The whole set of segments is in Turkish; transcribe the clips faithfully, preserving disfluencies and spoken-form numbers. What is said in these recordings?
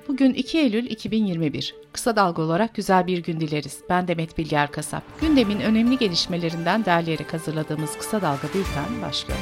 Bugün iki Eylül iki bin yirmi bir. Kısa Dalga olarak güzel bir gün dileriz. Ben Demet Bilge Erkasap. Gündemin önemli gelişmelerinden derleyerek hazırladığımız Kısa Dalga bülten başlıyor.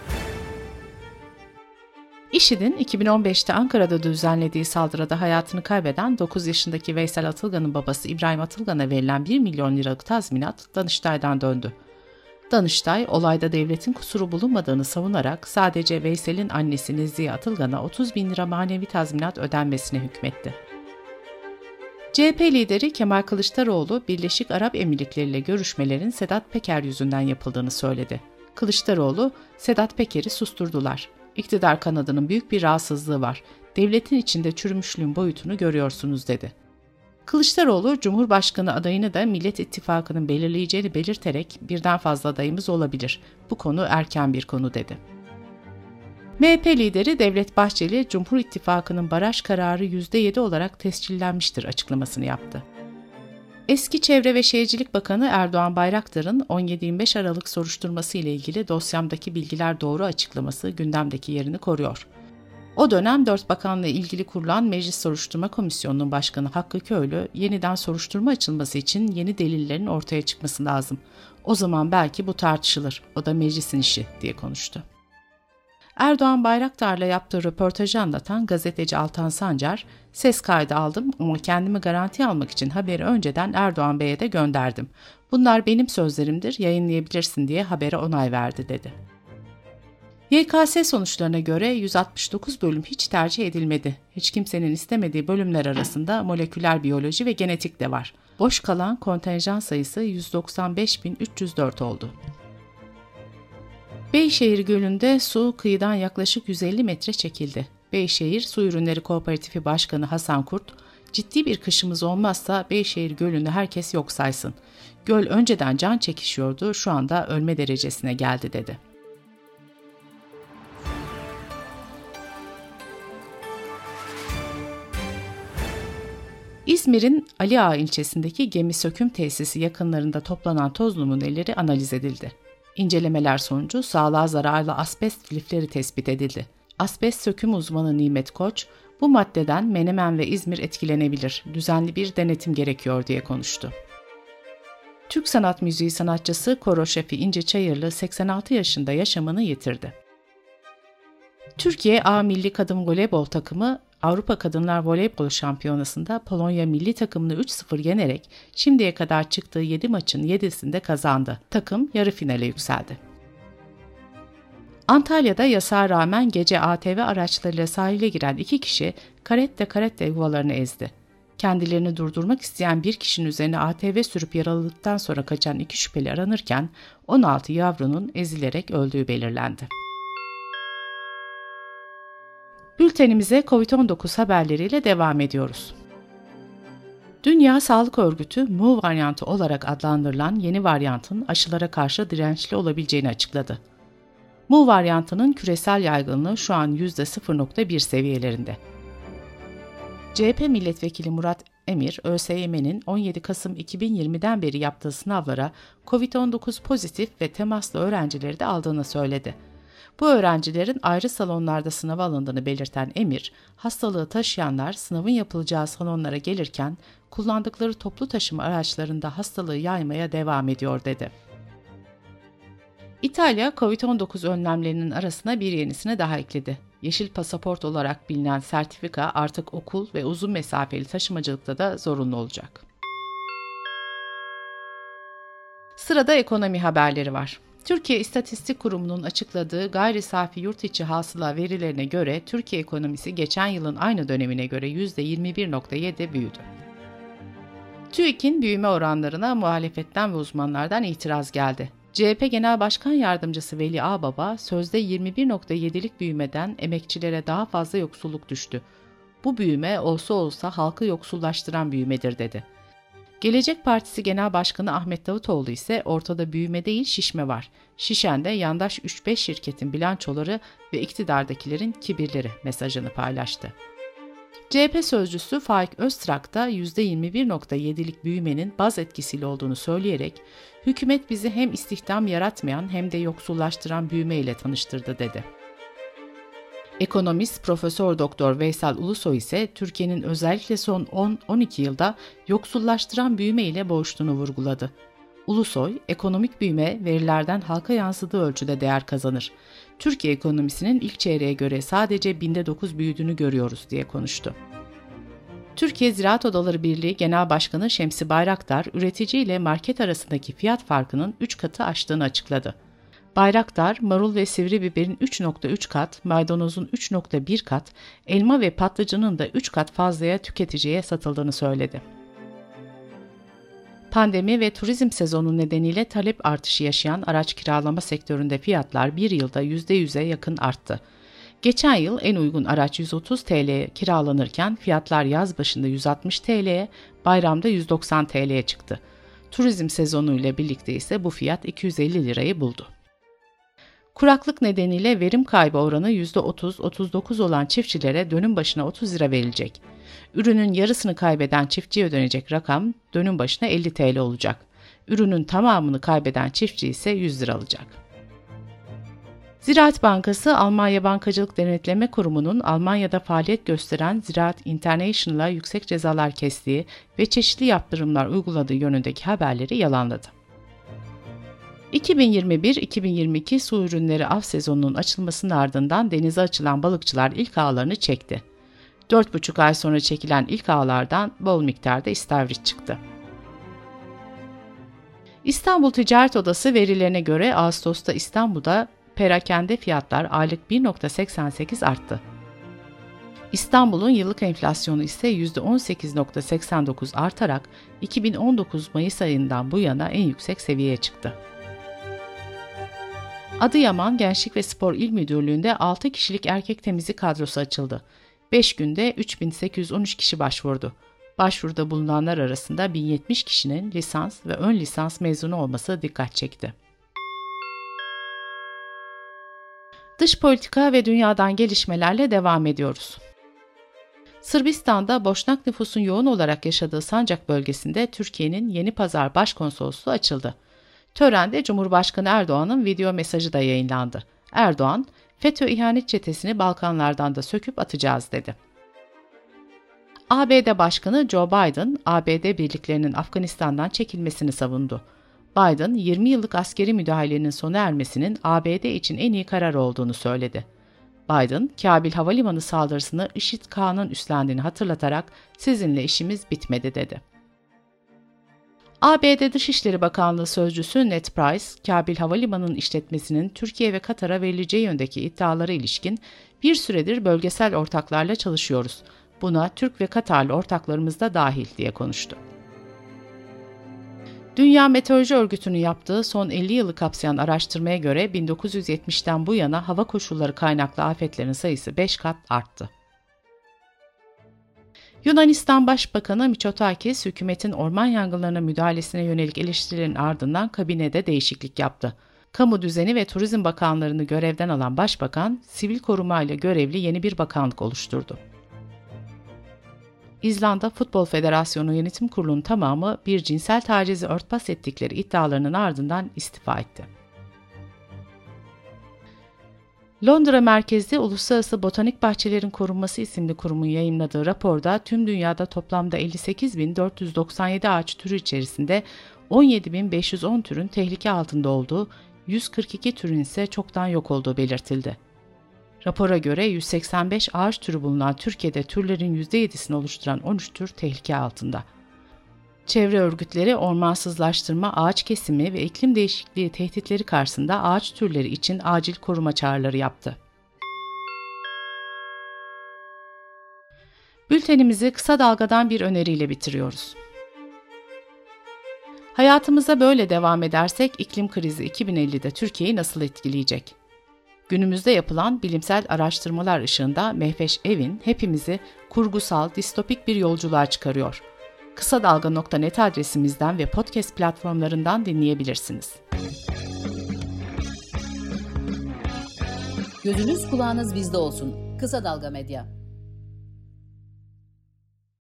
İŞİD'in iki bin on beşte Ankara'da düzenlediği saldırıda hayatını kaybeden dokuz yaşındaki Veysel Atılgan'ın babası İbrahim Atılgan'a verilen bir milyon liralık tazminat Danıştay'dan döndü. Danıştay, olayda devletin kusuru bulunmadığını savunarak sadece Veysel'in annesi Nezihe Atılgan'a otuz bin lira manevi tazminat ödenmesine hükmetti. C H P lideri Kemal Kılıçdaroğlu, Birleşik Arap Emirlikleri ile görüşmelerin Sedat Peker yüzünden yapıldığını söyledi. Kılıçdaroğlu, Sedat Peker'i susturdular. İktidar kanadının büyük bir rahatsızlığı var. Devletin içinde çürümüşlüğün boyutunu görüyorsunuz dedi. Kılıçdaroğlu, Cumhurbaşkanı adayını da Millet İttifakı'nın belirleyeceğini belirterek birden fazla adayımız olabilir. Bu konu erken bir konu dedi. M H P lideri Devlet Bahçeli, Cumhur İttifakı'nın baraj kararı yüzde yedi olarak tescillenmiştir açıklamasını yaptı. Eski Çevre ve Şehircilik Bakanı Erdoğan Bayraktar'ın on yedi yirmi beş Aralık soruşturması ile ilgili dosyamdaki bilgiler doğru açıklaması gündemdeki yerini koruyor. O dönem dört bakanla ilgili kurulan Meclis Soruşturma Komisyonu'nun başkanı Hakkı Köylü, yeniden soruşturma açılması için yeni delillerin ortaya çıkması lazım. O zaman belki bu tartışılır, o da meclisin işi diye konuştu. Erdoğan Bayraktar'la yaptığı röportajı anlatan gazeteci Altan Sancar, ses kaydı aldım ama kendimi garanti almak için haberi önceden Erdoğan Bey'e de gönderdim. Bunlar benim sözlerimdir, yayınlayabilirsin diye habere onay verdi dedi. Y K S sonuçlarına göre yüz altmış dokuz bölüm hiç tercih edilmedi. Hiç kimsenin istemediği bölümler arasında moleküler biyoloji ve genetik de var. Boş kalan kontenjan sayısı yüz doksan beş bin üç yüz dört oldu. Beyşehir Gölü'nde su kıyıdan yaklaşık yüz elli metre çekildi. Beyşehir Su Ürünleri Kooperatifi Başkanı Hasan Kurt, ciddi bir kışımız olmazsa Beyşehir Gölü'nü herkes yok saysın. Göl önceden can çekişiyordu, şu anda ölme derecesine geldi dedi. İzmir'in Ali Ağa ilçesindeki gemi söküm tesisi yakınlarında toplanan toz numuneleri analiz edildi. İncelemeler sonucu sağlığa zararlı asbest lifleri tespit edildi. Asbest söküm uzmanı Nimet Koç, bu maddeden Menemen ve İzmir etkilenebilir, düzenli bir denetim gerekiyor diye konuştu. Türk sanat müziği sanatçısı koro şefi İnce Çayırlı seksen altı yaşında yaşamını yitirdi. Türkiye A Milli Kadın Voleybol takımı Avrupa Kadınlar Voleybol Şampiyonası'nda Polonya milli takımını üç sıfır yenerek şimdiye kadar çıktığı yedi maçın yedisinde kazandı. Takım yarı finale yükseldi. Antalya'da yasağa rağmen gece A T V araçlarıyla sahile giren iki kişi karette karette yuvalarını ezdi. Kendilerini durdurmak isteyen bir kişinin üzerine A T V sürüp yaraladıktan sonra kaçan iki şüpheli aranırken on altı yavrunun ezilerek öldüğü belirlendi. Bültenimize kovid on dokuz haberleriyle devam ediyoruz. Dünya Sağlık Örgütü, Mu varyantı olarak adlandırılan yeni varyantın aşılara karşı dirençli olabileceğini açıkladı. Mu varyantının küresel yaygınlığı şu an yüzde sıfır virgül bir seviyelerinde. C H P Milletvekili Murat Emir, ÖSYM'nin on yedi Kasım iki bin yirmiden beri yaptığı sınavlara kovid on dokuz pozitif ve temaslı öğrencileri de aldığını söyledi. Bu öğrencilerin ayrı salonlarda sınava alındığını belirten Emir, hastalığı taşıyanlar sınavın yapılacağı salonlara gelirken kullandıkları toplu taşıma araçlarında hastalığı yaymaya devam ediyor dedi. İtalya, kovid on dokuz önlemlerinin arasına bir yenisini daha ekledi. Yeşil pasaport olarak bilinen sertifika artık okul ve uzun mesafeli taşımacılıkta da zorunlu olacak. Sırada ekonomi haberleri var. Türkiye İstatistik Kurumu'nun açıkladığı gayri safi yurt içi hasıla verilerine göre Türkiye ekonomisi geçen yılın aynı dönemine göre yüzde yirmi bir virgül yedi büyüdü. TÜİK'in büyüme oranlarına muhalefetten ve uzmanlardan itiraz geldi. C H P Genel Başkan Yardımcısı Veli Ağbaba, sözde yirmi bir virgül yedilik büyümeden emekçilere daha fazla yoksulluk düştü. Bu büyüme olsa olsa halkı yoksullaştıran büyümedir dedi. Gelecek Partisi Genel Başkanı Ahmet Davutoğlu ise ortada büyüme değil şişme var. Şişen de yandaş üç beş şirketin bilançoları ve iktidardakilerin kibirleri mesajını paylaştı. C H P sözcüsü Faik Öztrak da yüzde yirmi bir virgül yedilik büyümenin baz etkisiyle olduğunu söyleyerek, hükümet bizi hem istihdam yaratmayan hem de yoksullaştıran büyümeyle tanıştırdı dedi. Ekonomist Profesör Doktor Veysel Ulusoy ise Türkiye'nin özellikle son on on iki yılda yoksullaştıran büyüme ile boğuştuğunu vurguladı. Ulusoy, ekonomik büyüme verilerden halka yansıdığı ölçüde değer kazanır. Türkiye ekonomisinin ilk çeyreğe göre sadece binde dokuz büyüdüğünü görüyoruz diye konuştu. Türkiye Ziraat Odaları Birliği Genel Başkanı Şemsi Bayraktar, üretici ile market arasındaki fiyat farkının üç katı aştığını açıkladı. Bayraktar, marul ve sivri biberin üç virgül üç kat, maydanozun üç virgül bir kat, elma ve patlıcanın da üç kat fazlaya tüketiciye satıldığını söyledi. Pandemi ve turizm sezonu nedeniyle talep artışı yaşayan araç kiralama sektöründe fiyatlar bir yılda yüzde yüze yakın arttı. Geçen yıl en uygun araç yüz otuz TL'ye kiralanırken fiyatlar yaz başında yüz altmış TL'ye, bayramda yüz doksan TL'ye çıktı. Turizm sezonu ile birlikte ise bu fiyat iki yüz elli lirayı buldu. Kuraklık nedeniyle verim kaybı oranı yüzde otuz otuz dokuz olan çiftçilere dönüm başına otuz lira verilecek. Ürünün yarısını kaybeden çiftçiye ödenecek rakam dönüm başına elli TL olacak. Ürünün tamamını kaybeden çiftçi ise yüz lira alacak. Ziraat Bankası, Almanya Bankacılık Denetleme Kurumu'nun Almanya'da faaliyet gösteren Ziraat International'a yüksek cezalar kestiği ve çeşitli yaptırımlar uyguladığı yönündeki haberleri yalanladı. iki bin yirmi bir iki bin yirmi iki su ürünleri av sezonunun açılmasının ardından denize açılan balıkçılar ilk ağlarını çekti. dört buçuk ay sonra çekilen ilk ağlardan bol miktarda istavrit çıktı. İstanbul Ticaret Odası verilerine göre Ağustos'ta İstanbul'da perakende fiyatlar aylık bir virgül seksen sekiz arttı. İstanbul'un yıllık enflasyonu ise yüzde on sekiz virgül seksen dokuz artarak iki bin on dokuz Mayıs ayından bu yana en yüksek seviyeye çıktı. Adıyaman Gençlik ve Spor İl Müdürlüğü'nde altı kişilik erkek temizlik kadrosu açıldı. beş günde üç bin sekiz yüz on üç kişi başvurdu. Başvuruda bulunanlar arasında bin yetmiş kişinin lisans ve ön lisans mezunu olması dikkat çekti. Dış politika ve dünyadan gelişmelerle devam ediyoruz. Sırbistan'da Boşnak nüfusun yoğun olarak yaşadığı Sancak bölgesinde Türkiye'nin Yeni Pazar Başkonsolosluğu açıldı. Törende Cumhurbaşkanı Erdoğan'ın video mesajı da yayınlandı. Erdoğan, FETÖ ihanet çetesini Balkanlardan da söküp atacağız dedi. A B D Başkanı Joe Biden, A B D birliklerinin Afganistan'dan çekilmesini savundu. Biden, yirmi yıllık askeri müdahalenin sona ermesinin A B D için en iyi karar olduğunu söyledi. Biden, Kabil Havalimanı saldırısını IŞİD-K'nın üstlendiğini hatırlatarak sizinle işimiz bitmedi dedi. A B D Dışişleri Bakanlığı Sözcüsü Ned Price, Kabil Havalimanı'nın işletmesinin Türkiye ve Katar'a verileceği yöndeki iddialara ilişkin bir süredir bölgesel ortaklarla çalışıyoruz. Buna Türk ve Katarlı ortaklarımız da dahil diye konuştu. Dünya Meteoroloji Örgütü'nün yaptığı son elli yılı kapsayan araştırmaya göre bin dokuz yüz yetmişten bu yana hava koşulları kaynaklı afetlerin sayısı beş kat arttı. Yunanistan Başbakanı Mitsotakis, hükümetin orman yangınlarına müdahalesine yönelik eleştirilerin ardından kabinede değişiklik yaptı. Kamu Düzeni ve Turizm Bakanlarını görevden alan Başbakan, sivil korumayla görevli yeni bir bakanlık oluşturdu. İzlanda Futbol Federasyonu Yönetim Kurulu'nun tamamı bir cinsel tacizi örtbas ettikleri iddialarının ardından istifa etti. Londra merkezli Uluslararası Botanik Bahçelerin Korunması isimli kurumun yayımladığı raporda tüm dünyada toplamda elli sekiz bin dört yüz doksan yedi ağaç türü içerisinde on yedi bin beş yüz on türün tehlike altında olduğu, yüz kırk iki türün ise çoktan yok olduğu belirtildi. Rapora göre yüz seksen beş ağaç türü bulunan Türkiye'de türlerin yüzde yedisini oluşturan on üç tür tehlike altında. Çevre örgütleri ormansızlaştırma, ağaç kesimi ve iklim değişikliği tehditleri karşısında ağaç türleri için acil koruma çağrıları yaptı. Bültenimizi kısa dalgadan bir öneriyle bitiriyoruz. Hayatımıza böyle devam edersek iklim krizi iki bin ellide Türkiye'yi nasıl etkileyecek? Günümüzde yapılan bilimsel araştırmalar ışığında Mehveş Evin hepimizi kurgusal, distopik bir yolculuğa çıkarıyor. kısa dalga nokta net adresimizden ve podcast platformlarından dinleyebilirsiniz. Gözünüz kulağınız bizde olsun. Kısa Dalga Medya.